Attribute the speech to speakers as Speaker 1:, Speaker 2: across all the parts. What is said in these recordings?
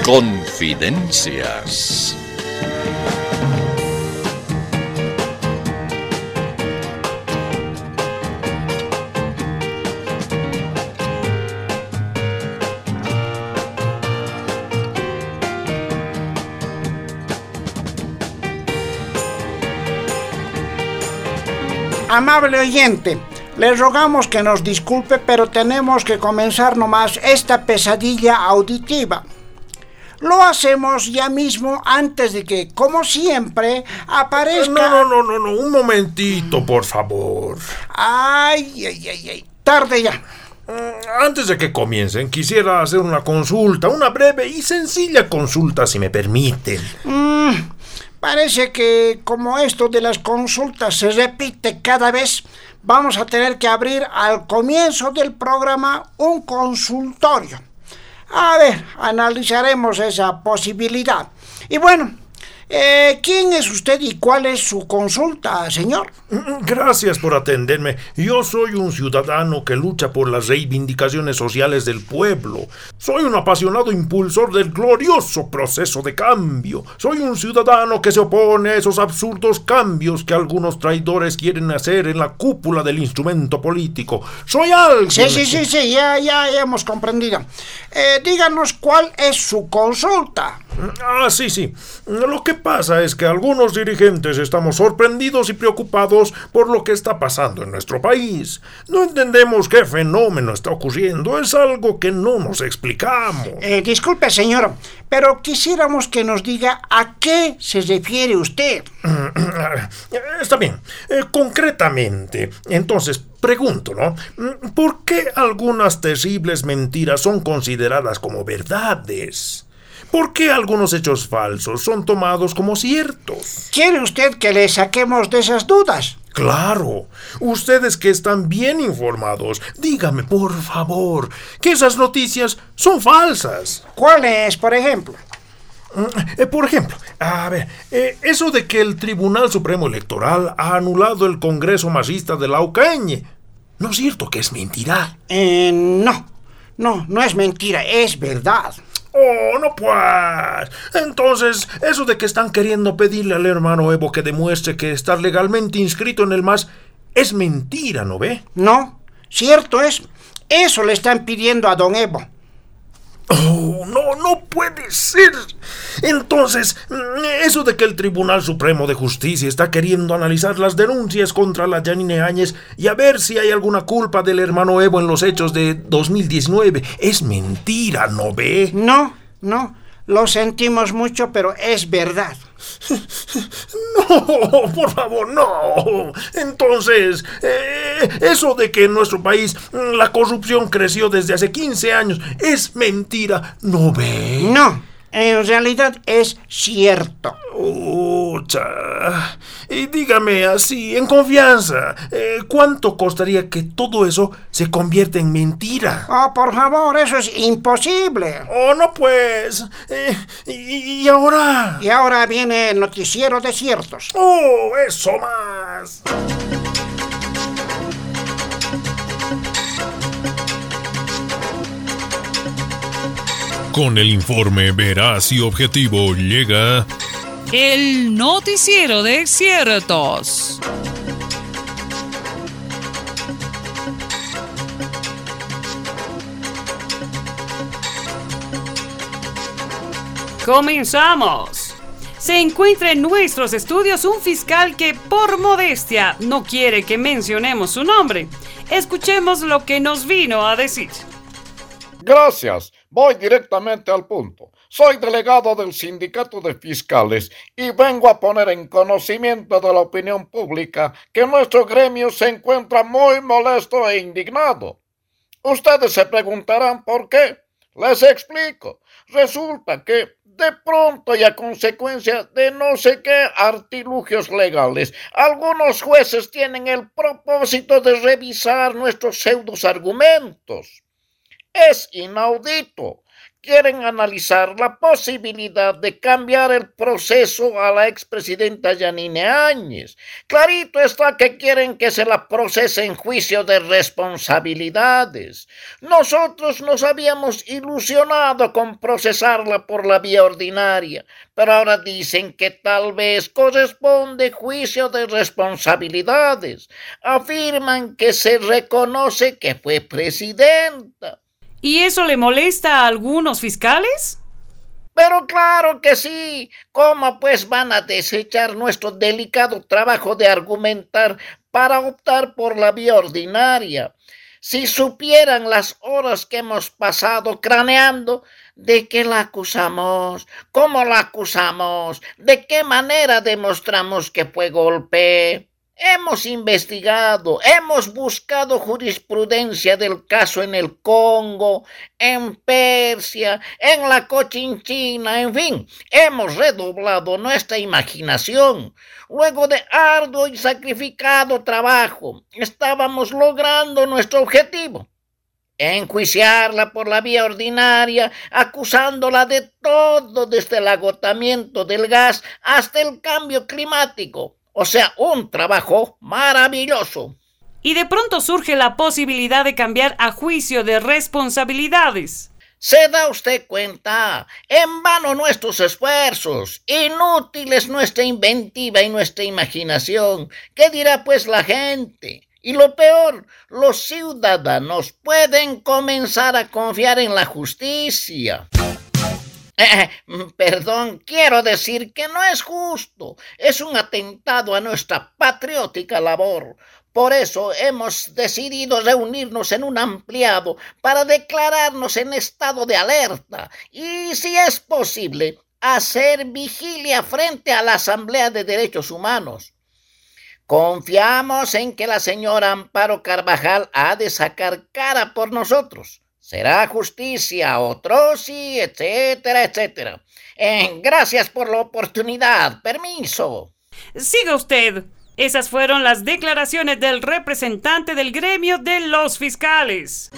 Speaker 1: Confidencias.
Speaker 2: Amable oyente, le rogamos que nos disculpe, pero tenemos que comenzar nomás esta pesadilla auditiva. Lo hacemos ya mismo antes de que, como siempre, aparezca...
Speaker 3: No, un momentito, por favor.
Speaker 2: Ay, tarde ya.
Speaker 3: Antes de que comiencen, quisiera hacer una consulta, una breve y sencilla consulta, si me permiten.
Speaker 2: Parece que como esto de las consultas se repite cada vez, vamos a tener que abrir al comienzo del programa un consultorio. A ver, analizaremos esa posibilidad. Y bueno, ¿quién es usted y cuál es su consulta, señor?
Speaker 3: Gracias por atenderme. Yo soy un ciudadano que lucha por las reivindicaciones sociales del pueblo. Soy un apasionado impulsor del glorioso proceso de cambio. Soy un ciudadano que se opone a esos absurdos cambios que algunos traidores quieren hacer en la cúpula del instrumento político. Soy alguien...
Speaker 2: Sí, ya hemos comprendido. Díganos cuál es su consulta.
Speaker 3: Sí. Lo que pasa es que algunos dirigentes estamos sorprendidos y preocupados por lo que está pasando en nuestro país. No entendemos qué fenómeno está ocurriendo. Es algo que no nos explicamos.
Speaker 2: Disculpe, señor, pero quisiéramos que nos diga a qué se refiere usted.
Speaker 3: Está bien. Concretamente, entonces, pregunto, ¿no? ¿Por qué algunas terribles mentiras son consideradas como verdades? ¿Por qué algunos hechos falsos son tomados como ciertos?
Speaker 2: ¿Quiere usted que le saquemos de esas dudas?
Speaker 3: Claro. Ustedes que están bien informados, dígame, por favor, que esas noticias son falsas.
Speaker 2: ¿Cuáles, por ejemplo?
Speaker 3: Por ejemplo, eso de que el Tribunal Supremo Electoral ha anulado el Congreso Masista de la UCAeñe. ¿No es cierto que es mentira?
Speaker 2: No es mentira, es verdad.
Speaker 3: Oh, no pues. Entonces, eso de que están queriendo pedirle al hermano Evo que demuestre que está legalmente inscrito en el MAS es mentira, ¿no ve?
Speaker 2: No, cierto es. Eso le están pidiendo a don Evo.
Speaker 3: Oh, no puede ser. Entonces, eso de que el Tribunal Supremo de Justicia está queriendo analizar las denuncias contra la Yanine Áñez y a ver si hay alguna culpa del hermano Evo en los hechos de 2019, es mentira, ¿no ve?
Speaker 2: No, lo sentimos mucho, pero es verdad.
Speaker 3: No, por favor, no. Entonces, eso de que en nuestro país la corrupción creció desde hace 15 años es mentira, ¿no ve?
Speaker 2: No, en realidad es cierto.
Speaker 3: Y dígame así, en confianza, ¿cuánto costaría que todo eso se convierta en mentira?
Speaker 2: Oh, por favor, eso es imposible.
Speaker 3: Oh, no pues. ¿Y ahora?
Speaker 2: Y ahora viene el noticiero de ciertos.
Speaker 3: Oh, eso más.
Speaker 4: Con el informe veraz y objetivo llega...
Speaker 5: El noticiero de ciertos. Comenzamos. Se encuentra en nuestros estudios un fiscal que, por modestia, no quiere que mencionemos su nombre. Escuchemos lo que nos vino a decir.
Speaker 6: Gracias. Voy directamente al punto. Soy delegado del Sindicato de Fiscales y vengo a poner en conocimiento de la opinión pública que nuestro gremio se encuentra muy molesto e indignado. Ustedes se preguntarán por qué. Les explico. Resulta que de pronto y a consecuencia de no sé qué artilugios legales, algunos jueces tienen el propósito de revisar nuestros pseudos argumentos. Es inaudito quieren analizar la posibilidad de cambiar el proceso a la expresidenta Yanine Áñez. Clarito está que quieren que se la procese en juicio de responsabilidades. Nosotros nos habíamos ilusionado con procesarla por la vía ordinaria, pero ahora dicen que tal vez corresponde juicio de responsabilidades. Afirman que se reconoce que fue presidenta.
Speaker 5: ¿Y eso le molesta a algunos fiscales?
Speaker 6: Pero claro que sí. ¿Cómo pues van a desechar nuestro delicado trabajo de argumentar para optar por la vía ordinaria? Si supieran las horas que hemos pasado craneando, ¿de qué la acusamos? ¿Cómo la acusamos? ¿De qué manera demostramos que fue golpe? Hemos investigado, hemos buscado jurisprudencia del caso en el Congo, en Persia, en la Cochinchina, en fin, hemos redoblado nuestra imaginación. Luego de arduo y sacrificado trabajo, estábamos logrando nuestro objetivo: enjuiciarla por la vía ordinaria, acusándola de todo, desde el agotamiento del gas hasta el cambio climático. O sea, un trabajo maravilloso.
Speaker 5: Y de pronto surge la posibilidad de cambiar a juicio de responsabilidades.
Speaker 6: ¿Se da usted cuenta? En vano nuestros esfuerzos, inútiles nuestra inventiva y nuestra imaginación. ¿Qué dirá pues la gente? Y lo peor, los ciudadanos pueden comenzar a confiar en la justicia. Perdón, quiero decir que no es justo. Es un atentado a nuestra patriótica labor. Por eso hemos decidido reunirnos en un ampliado para declararnos en estado de alerta y, si es posible, hacer vigilia frente a la Asamblea de Derechos Humanos. Confiamos en que la señora Amparo Carvajal ha de sacar cara por nosotros. Será justicia, otro sí, etcétera, etcétera. Gracias por la oportunidad. Permiso.
Speaker 5: Siga usted. Esas fueron las declaraciones del representante del gremio de los fiscales.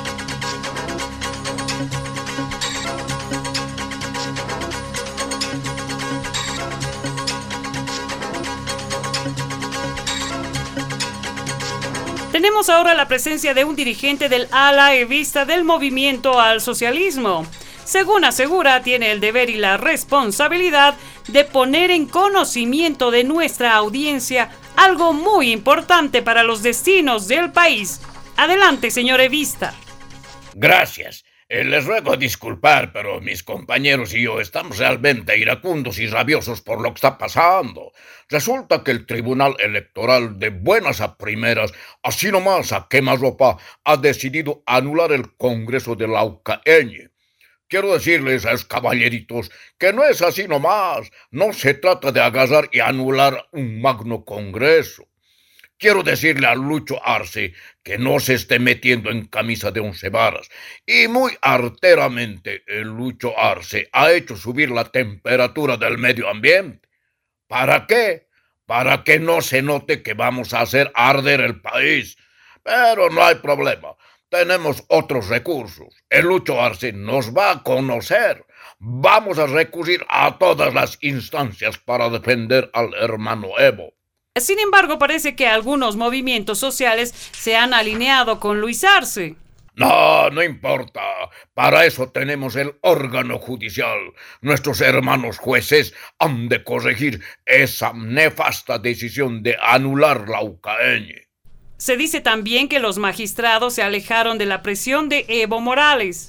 Speaker 5: Tenemos ahora la presencia de un dirigente del ala evista del movimiento al socialismo. Según asegura, tiene el deber y la responsabilidad de poner en conocimiento de nuestra audiencia algo muy importante para los destinos del país. Adelante, señor evista.
Speaker 1: Gracias. Les ruego disculpar, pero mis compañeros y yo estamos realmente iracundos y rabiosos por lo que está pasando. Resulta que el Tribunal Electoral, de buenas a primeras, así nomás a quemarropa, ha decidido anular el Congreso de Laucaeñe. Quiero decirles a esos caballeritos que no es así nomás. No se trata de agarrar y anular un magno congreso. Quiero decirle a Lucho Arce que no se esté metiendo en camisa de 11 varas. Y muy arteramente el Lucho Arce ha hecho subir la temperatura del medio ambiente. ¿Para qué? Para que no se note que vamos a hacer arder el país. Pero no hay problema. Tenemos otros recursos. El Lucho Arce nos va a conocer. Vamos a recurrir a todas las instancias para defender al hermano Evo.
Speaker 5: Sin embargo, parece que algunos movimientos sociales se han alineado con Luis Arce.
Speaker 1: No importa. Para eso tenemos el órgano judicial. Nuestros hermanos jueces han de corregir esa nefasta decisión de anular Laucaeñe.
Speaker 5: Se dice también que los magistrados se alejaron de la presión de Evo Morales.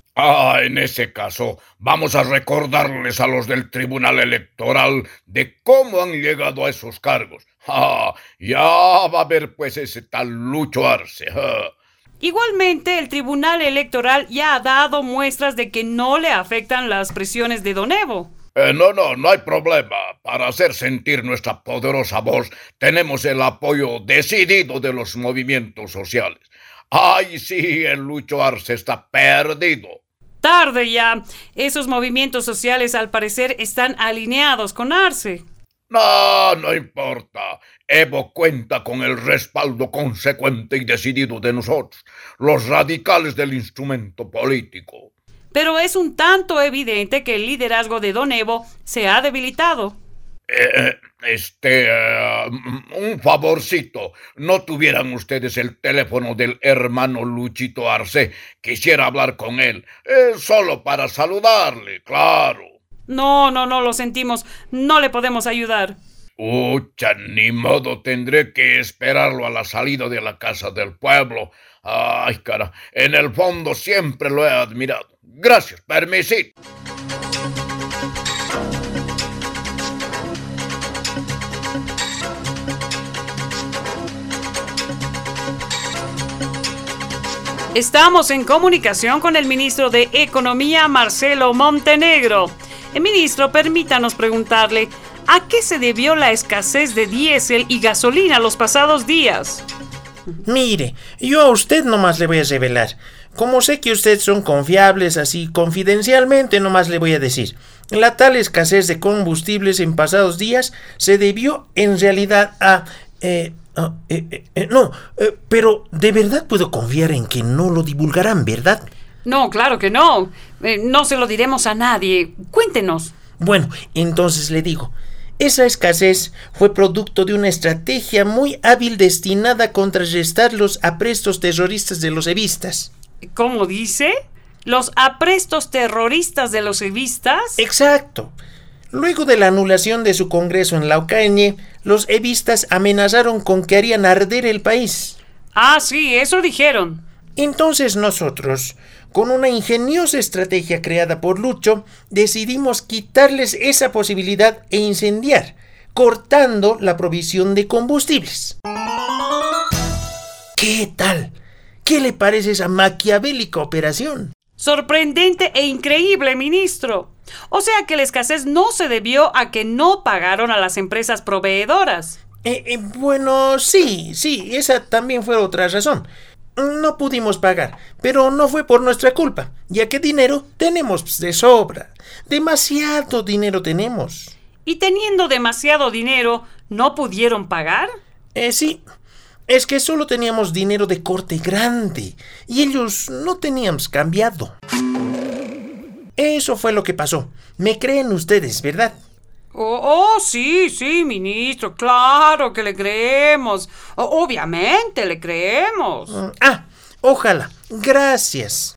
Speaker 1: En ese caso, vamos a recordarles a los del Tribunal Electoral de cómo han llegado a esos cargos. Ya va a ver pues ese tal Lucho Arce.
Speaker 5: Igualmente, el Tribunal Electoral ya ha dado muestras de que no le afectan las presiones de Don Evo.
Speaker 1: No hay problema. Para hacer sentir nuestra poderosa voz, tenemos el apoyo decidido de los movimientos sociales. ¡Ay, sí! El Lucho Arce está perdido.
Speaker 5: Tarde ya. Esos movimientos sociales al parecer están alineados con Arce.
Speaker 1: No importa. Evo cuenta con el respaldo consecuente y decidido de nosotros, los radicales del instrumento político.
Speaker 5: pero es un tanto evidente que el liderazgo de Don Evo se ha debilitado.
Speaker 1: Un favorcito. ¿No tuvieran ustedes el teléfono del hermano Luchito Arce? Quisiera hablar con él, solo para saludarle, claro.
Speaker 5: No, lo sentimos. No le podemos ayudar.
Speaker 1: Ucha, ni modo, tendré que esperarlo a la salida de la Casa del Pueblo. Ay, cara, en el fondo siempre lo he admirado. Gracias, permisito.
Speaker 5: Estamos en comunicación con el ministro de Economía, Marcelo Montenegro. Ministro, permítanos preguntarle, ¿a qué se debió la escasez de diésel y gasolina los pasados días?
Speaker 7: Mire, yo a usted nomás le voy a revelar. Como sé que ustedes son confiables, así confidencialmente nomás le voy a decir. La tal escasez de combustibles en pasados días se debió en realidad a... pero de verdad puedo confiar en que no lo divulgarán, ¿verdad?
Speaker 5: No, claro que no. No se lo diremos a nadie. Cuéntenos.
Speaker 7: Bueno, entonces le digo, esa escasez fue producto de una estrategia muy hábil destinada a contrarrestar los aprestos terroristas de los evistas.
Speaker 5: ¿Cómo dice? ¿Los aprestos terroristas de los evistas?
Speaker 7: Exacto. Luego de la anulación de su congreso en Laucañe, los evistas amenazaron con que harían arder el país.
Speaker 5: Ah, sí, eso dijeron.
Speaker 7: Entonces nosotros, con una ingeniosa estrategia creada por Lucho, decidimos quitarles esa posibilidad e incendiar, cortando la provisión de combustibles. ¿Qué tal? ¿Qué le parece esa maquiavélica operación?
Speaker 5: Sorprendente e increíble, ministro. O sea que la escasez no se debió a que no pagaron a las empresas proveedoras.
Speaker 7: Bueno, sí, esa también fue otra razón. No pudimos pagar, pero no fue por nuestra culpa, ya que dinero tenemos de sobra. Demasiado dinero tenemos.
Speaker 5: ¿Y teniendo demasiado dinero, no pudieron pagar?
Speaker 7: Sí. Es que solo teníamos dinero de corte grande y ellos no teníamos cambiado. Eso fue lo que pasó. Me creen ustedes, ¿verdad?
Speaker 5: Sí, ministro. Claro que le creemos. Obviamente le creemos.
Speaker 7: Ojalá. Gracias.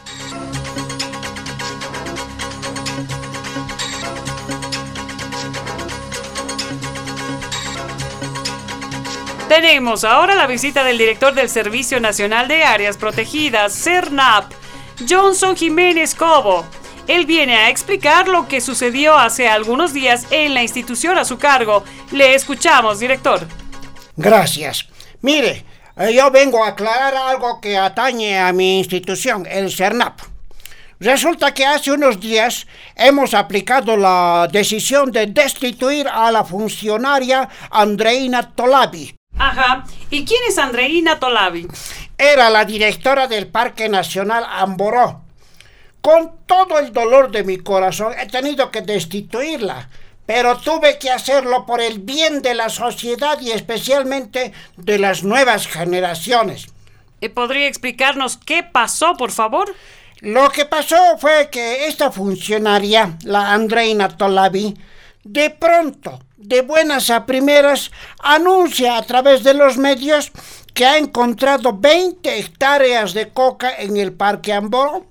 Speaker 5: Tenemos ahora la visita del director del Servicio Nacional de Áreas Protegidas, SERNAP, Johnson Jiménez Cobo. Él viene a explicar lo que sucedió hace algunos días en la institución a su cargo. Le escuchamos, director.
Speaker 2: Gracias. Mire, yo vengo a aclarar algo que atañe a mi institución, el SERNAP. Resulta que hace unos días hemos aplicado la decisión de destituir a la funcionaria Andreina Tolavi.
Speaker 5: Ajá. ¿Y quién es Andreina Tolavi?
Speaker 2: Era la directora del Parque Nacional Amboró. Con todo el dolor de mi corazón he tenido que destituirla, pero tuve que hacerlo por el bien de la sociedad y especialmente de las nuevas generaciones.
Speaker 5: ¿Podría explicarnos qué pasó, por favor?
Speaker 2: Lo que pasó fue que esta funcionaria, la Andreina Tolavi, de pronto, de buenas a primeras, anuncia a través de los medios que ha encontrado 20 hectáreas de coca en el Parque Amboró.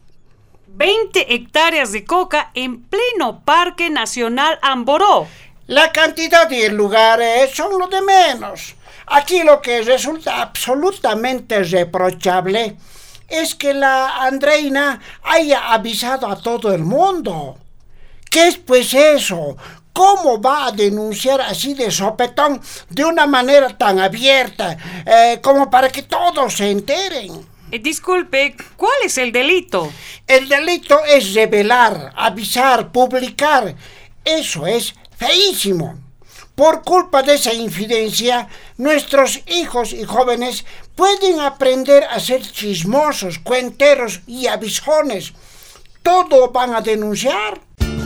Speaker 5: 20 hectáreas de coca en pleno Parque Nacional Amboró.
Speaker 2: La cantidad y el lugar son lo de menos. Aquí lo que resulta absolutamente reprochable es que la Andreina haya avisado a todo el mundo. ¿Qué es pues eso? ¿Cómo va a denunciar así de sopetón, de una manera tan abierta, como para que todos se enteren?
Speaker 5: Disculpe, ¿cuál es el delito?
Speaker 2: El delito es revelar, avisar, publicar. Eso es feísimo. Por culpa de esa infidencia, nuestros hijos y jóvenes pueden aprender a ser chismosos, cuenteros y avisones. Todo van a denunciar.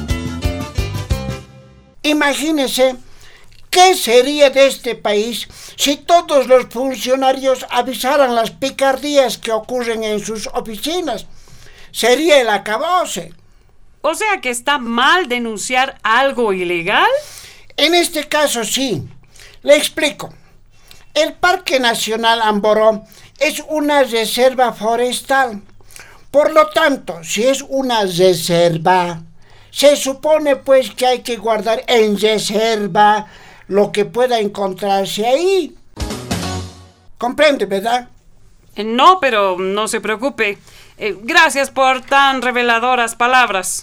Speaker 2: Imagínese qué sería de este país si todos los funcionarios avisaran las picardías que ocurren en sus oficinas. Sería el acabose.
Speaker 5: O sea que está mal denunciar algo ilegal.
Speaker 2: En este caso sí. Le explico. El Parque Nacional Amboró es una reserva forestal. Por lo tanto, si es una reserva, se supone pues que hay que guardar en reserva lo que pueda encontrarse ahí. ¿Comprende, verdad?
Speaker 5: No, pero no se preocupe. Gracias por tan reveladoras palabras.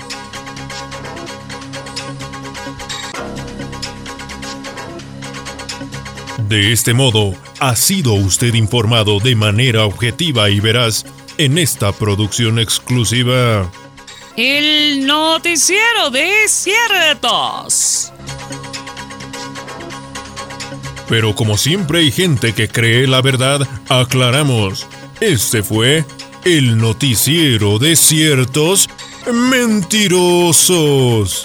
Speaker 4: De este modo, ha sido usted informado de manera objetiva y veraz en esta producción exclusiva.
Speaker 5: El noticiero de ciertos.
Speaker 4: Pero como siempre hay gente que cree la verdad, aclaramos. Este fue el noticiero de ciertos mentirosos.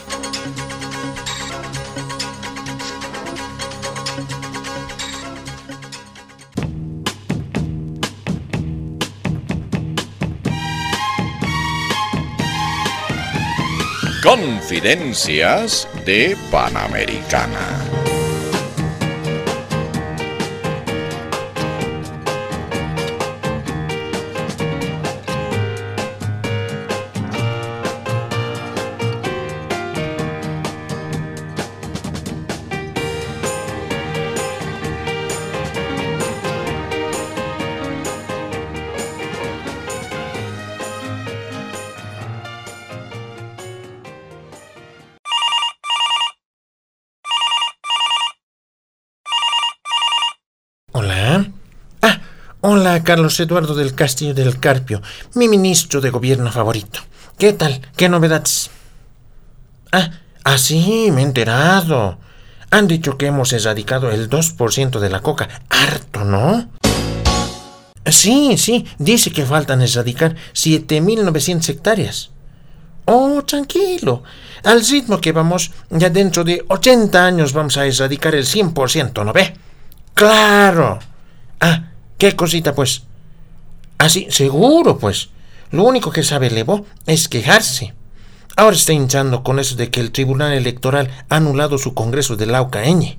Speaker 1: Confidencias de Panamericana.
Speaker 7: Hola. Hola, Carlos Eduardo del Castillo del Carpio, mi ministro de gobierno favorito. ¿Qué tal? ¿Qué novedades? Sí, me he enterado. Han dicho que hemos erradicado el 2% de la coca. Harto, ¿no? Sí, dice que faltan erradicar 7.900 hectáreas. Oh, tranquilo. Al ritmo que vamos, ya dentro de 80 años vamos a erradicar el 100%, ¿no ve? ¡Claro! ¿Qué cosita, pues? Sí, seguro, pues. Lo único que sabe el Evo es quejarse. Ahora está hinchando con eso de que el Tribunal Electoral ha anulado su congreso de Laucaeñe.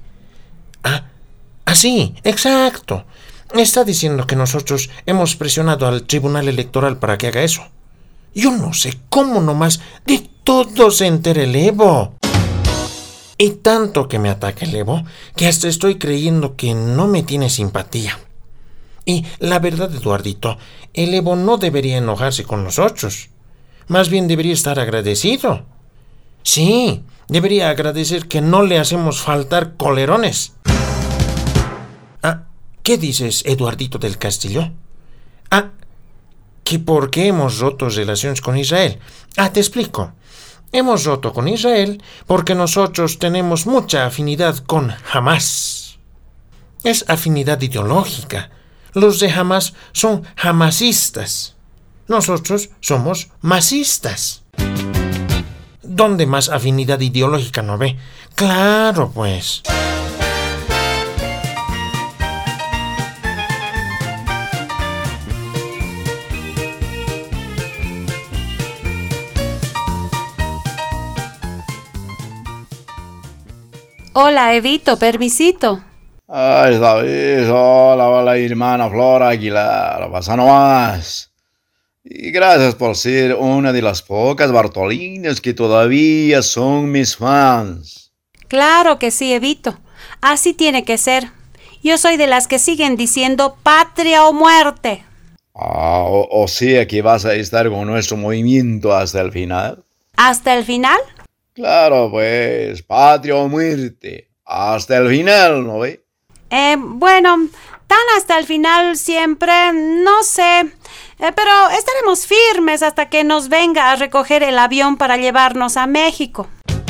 Speaker 7: Sí, exacto. Está diciendo que nosotros hemos presionado al Tribunal Electoral para que haga eso. Yo no sé cómo nomás de todo se entera el Evo. Y tanto que me ataca el Evo, que hasta estoy creyendo que no me tiene simpatía. Y la verdad, Eduardito, el Evo no debería enojarse con nosotros. Más bien debería estar agradecido. Sí, debería agradecer que no le hacemos faltar colerones. ¿Qué dices, Eduardito del Castillo? Que por qué hemos roto relaciones con Israel. Te explico. Hemos roto con Israel porque nosotros tenemos mucha afinidad con Hamás. Es afinidad ideológica. Los de Hamás son hamasistas. Nosotros somos masistas. ¿Dónde más afinidad ideológica no ve? Claro, pues.
Speaker 5: Hola, Evito, permisito.
Speaker 6: David, hola, hermana Flora Aguilar, pasa nomás. Y gracias por ser una de las pocas Bartolinas que todavía son mis fans.
Speaker 5: Claro que sí, Evito. Así tiene que ser. Yo soy de las que siguen diciendo patria o muerte.
Speaker 6: O sea que vas a estar con nuestro movimiento hasta el final.
Speaker 5: ¿Hasta el final?
Speaker 6: Claro, pues, patria o muerte. Hasta el final, ¿no ve?
Speaker 5: Bueno, tan hasta el final siempre, no sé. Pero estaremos firmes hasta que nos venga a recoger el avión para llevarnos a México.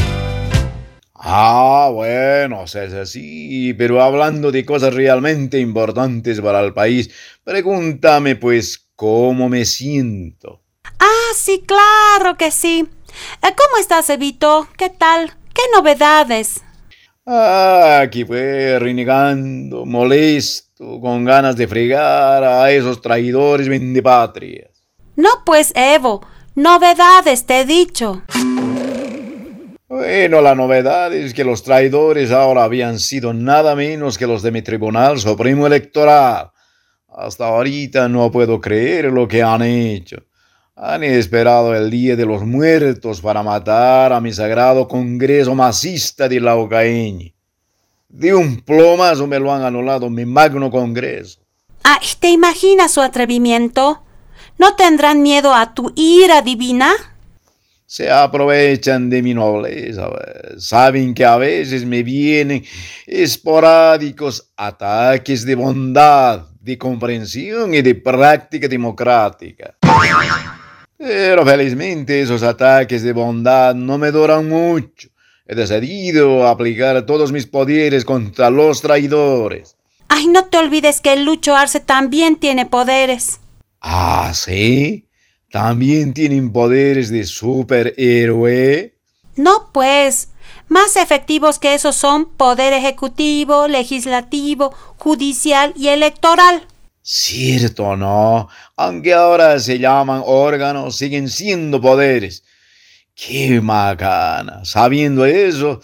Speaker 6: Bueno, sí, pero hablando de cosas realmente importantes para el país, pregúntame pues cómo me siento.
Speaker 5: Sí, claro que sí. ¿Cómo estás, Evito? ¿Qué tal? ¿Qué novedades?
Speaker 6: Aquí pues renegando, molesto, con ganas de fregar a esos traidores vendepatrias.
Speaker 5: No, pues, Evo, Novedades, te he dicho.
Speaker 6: Bueno, la novedad es que los traidores ahora habían sido nada menos que los de mi Tribunal Supremo Electoral. Hasta ahorita no puedo creer lo que han hecho. Han esperado el Día de los Muertos para matar a mi sagrado Congreso Masista de Laucaeña. De un plomazo me lo han anulado mi magno Congreso.
Speaker 5: Ay, ¿te imaginas su atrevimiento? ¿No tendrán miedo a tu ira divina?
Speaker 6: Se aprovechan de mi nobleza. Saben que a veces me vienen esporádicos ataques de bondad, de comprensión y de práctica democrática. Pero felizmente esos ataques de bondad no me duran mucho. He decidido aplicar todos mis poderes contra los traidores.
Speaker 5: Ay, no te olvides que el Lucho Arce también tiene poderes.
Speaker 6: ¿Ah, sí? ¿También tienen poderes de superhéroe?
Speaker 5: No, pues, más efectivos que esos son poder ejecutivo, legislativo, judicial y electoral.
Speaker 6: Cierto, ¿no? Aunque ahora se llaman órganos, siguen siendo poderes. ¡Qué macana! Sabiendo eso,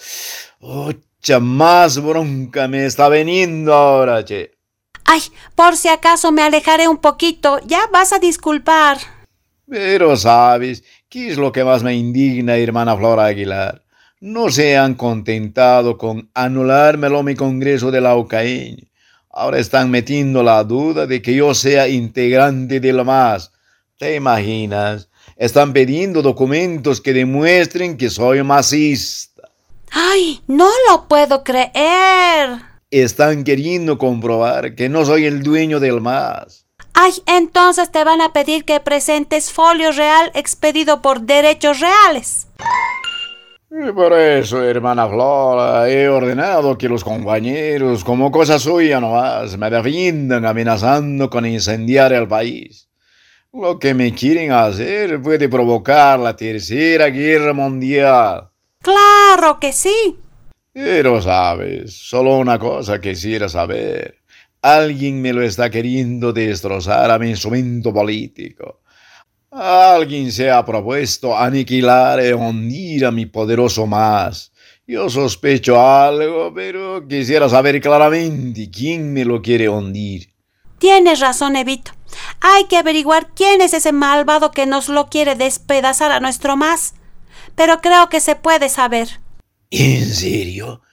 Speaker 6: más bronca me está veniendo ahora, che.
Speaker 5: Ay, por si acaso me alejaré un poquito, ya vas a disculpar.
Speaker 6: Pero sabes, ¿qué es lo que más me indigna, hermana Flora Aguilar? No se han contentado con anulármelo mi Congreso de Laucaeña. Ahora están metiendo la duda de que yo sea integrante del MAS. ¿Te imaginas? Están pidiendo documentos que demuestren que soy masista.
Speaker 5: ¡Ay, no lo puedo creer!
Speaker 6: Están queriendo comprobar que no soy el dueño del MAS.
Speaker 5: ¡Ay, entonces te van a pedir que presentes folio real expedido por Derechos Reales!
Speaker 6: Y por eso, hermana Flora, he ordenado que los compañeros, como cosa suya nomás, me defiendan amenazando con incendiar el país. Lo que me quieren hacer puede provocar la Tercera Guerra Mundial.
Speaker 5: ¡Claro que sí!
Speaker 6: Pero sabes, solo una cosa quisiera saber. Alguien me lo está queriendo destrozar a mi instrumento político. Alguien se ha propuesto aniquilar y hundir a mi poderoso MAS. Yo sospecho algo, pero quisiera saber claramente quién me lo quiere hundir.
Speaker 5: Tienes razón, Evito. Hay que averiguar quién es ese malvado que nos lo quiere despedazar a nuestro MAS. Pero creo que se puede saber.
Speaker 6: ¿En serio?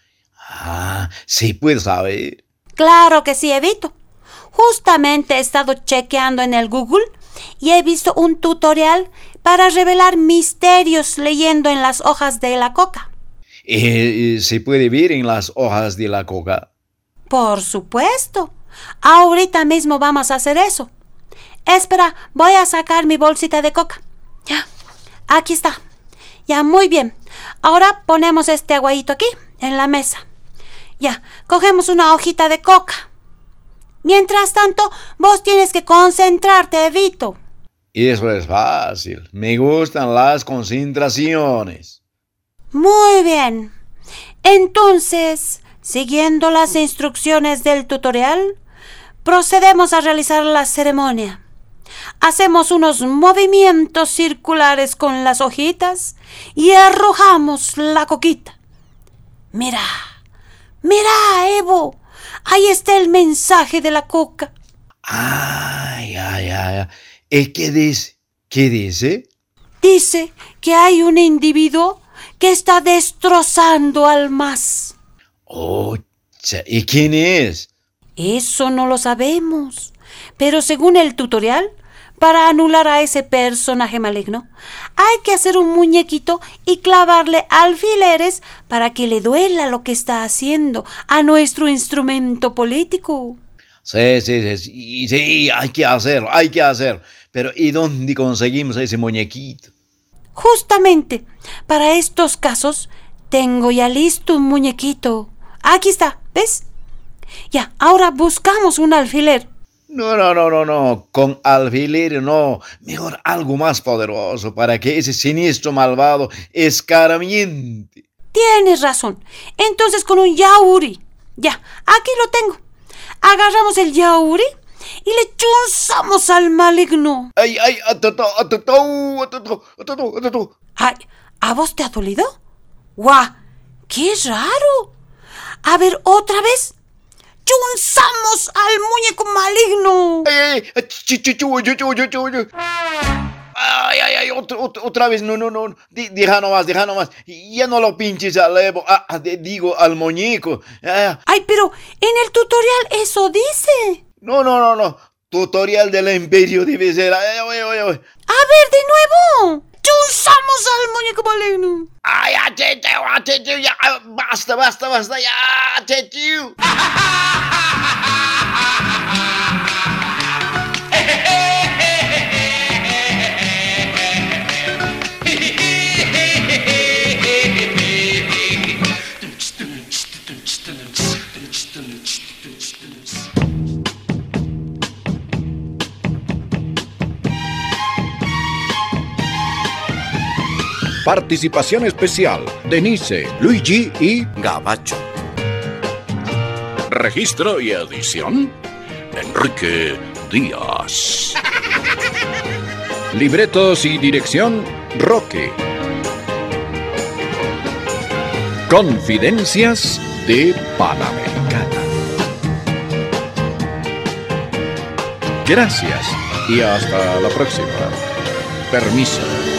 Speaker 6: ¿se puede saber?
Speaker 5: Claro que sí, Evito. Justamente he estado chequeando en el Google y he visto un tutorial para revelar misterios leyendo en las hojas de la coca.
Speaker 6: ¿Se puede ver en las hojas de la coca?
Speaker 5: Por supuesto. Ahorita mismo vamos a hacer eso. Espera, voy a sacar mi bolsita de coca. Ya, aquí está. Ya, muy bien. Ahora ponemos este aguadito aquí, en la mesa. Ya, cogemos una hojita de coca. Mientras tanto, vos tienes que concentrarte, Evito.
Speaker 6: Eso es fácil. Me gustan las concentraciones.
Speaker 5: Muy bien. Entonces, siguiendo las instrucciones del tutorial, procedemos a realizar la ceremonia. Hacemos unos movimientos circulares con las hojitas y arrojamos la coquita. Mira, Evo, ahí está el mensaje de la coca.
Speaker 6: Ay. ¿Qué dice? ¿Qué dice?
Speaker 5: Dice que hay un individuo que está destrozando al MAS.
Speaker 6: ¿Y quién es?
Speaker 5: Eso no lo sabemos. Pero según el tutorial, para anular a ese personaje maligno, hay que hacer un muñequito y clavarle alfileres para que le duela lo que está haciendo a nuestro instrumento político.
Speaker 6: Sí, hay que hacer. Pero ¿y dónde conseguimos ese muñequito?
Speaker 5: Justamente, para estos casos, tengo ya listo un muñequito. Aquí está, ¿ves? Ya, ahora buscamos un alfiler.
Speaker 6: No, con alfiler no. Mejor algo más poderoso para que ese siniestro malvado escarmiente.
Speaker 5: Tienes razón. Entonces con un yauri. Ya, aquí lo tengo. Agarramos el yauri y le chunzamos al maligno.
Speaker 1: ¡Ay! ¡Ay!
Speaker 5: Ay, ¿a vos te ha dolido? ¡Guau! ¡Qué raro! A ver, otra vez. ¡Chunzamos al muñeco maligno!
Speaker 1: ¡Ay! ¡Ay! Otra vez, no. Deja nomás. Ya no lo pinches al Evo. Digo, al muñeco.
Speaker 5: Ay, pero en el tutorial eso dice.
Speaker 1: No. Tutorial del imperio debe ser.
Speaker 5: A ver, de nuevo. ¡Chunzamos al muñeco maligno!
Speaker 1: ¡Ay, Chechu! ¡Ya! ¡Basta! ¡Ya, Chechu!
Speaker 8: Participación especial: Denise, Luigi y
Speaker 9: Gabacho.
Speaker 8: registro y edición: Enrique Díaz. Libretos y dirección: Roque. Confidencias de Panamericana. Gracias y hasta la próxima. Permiso.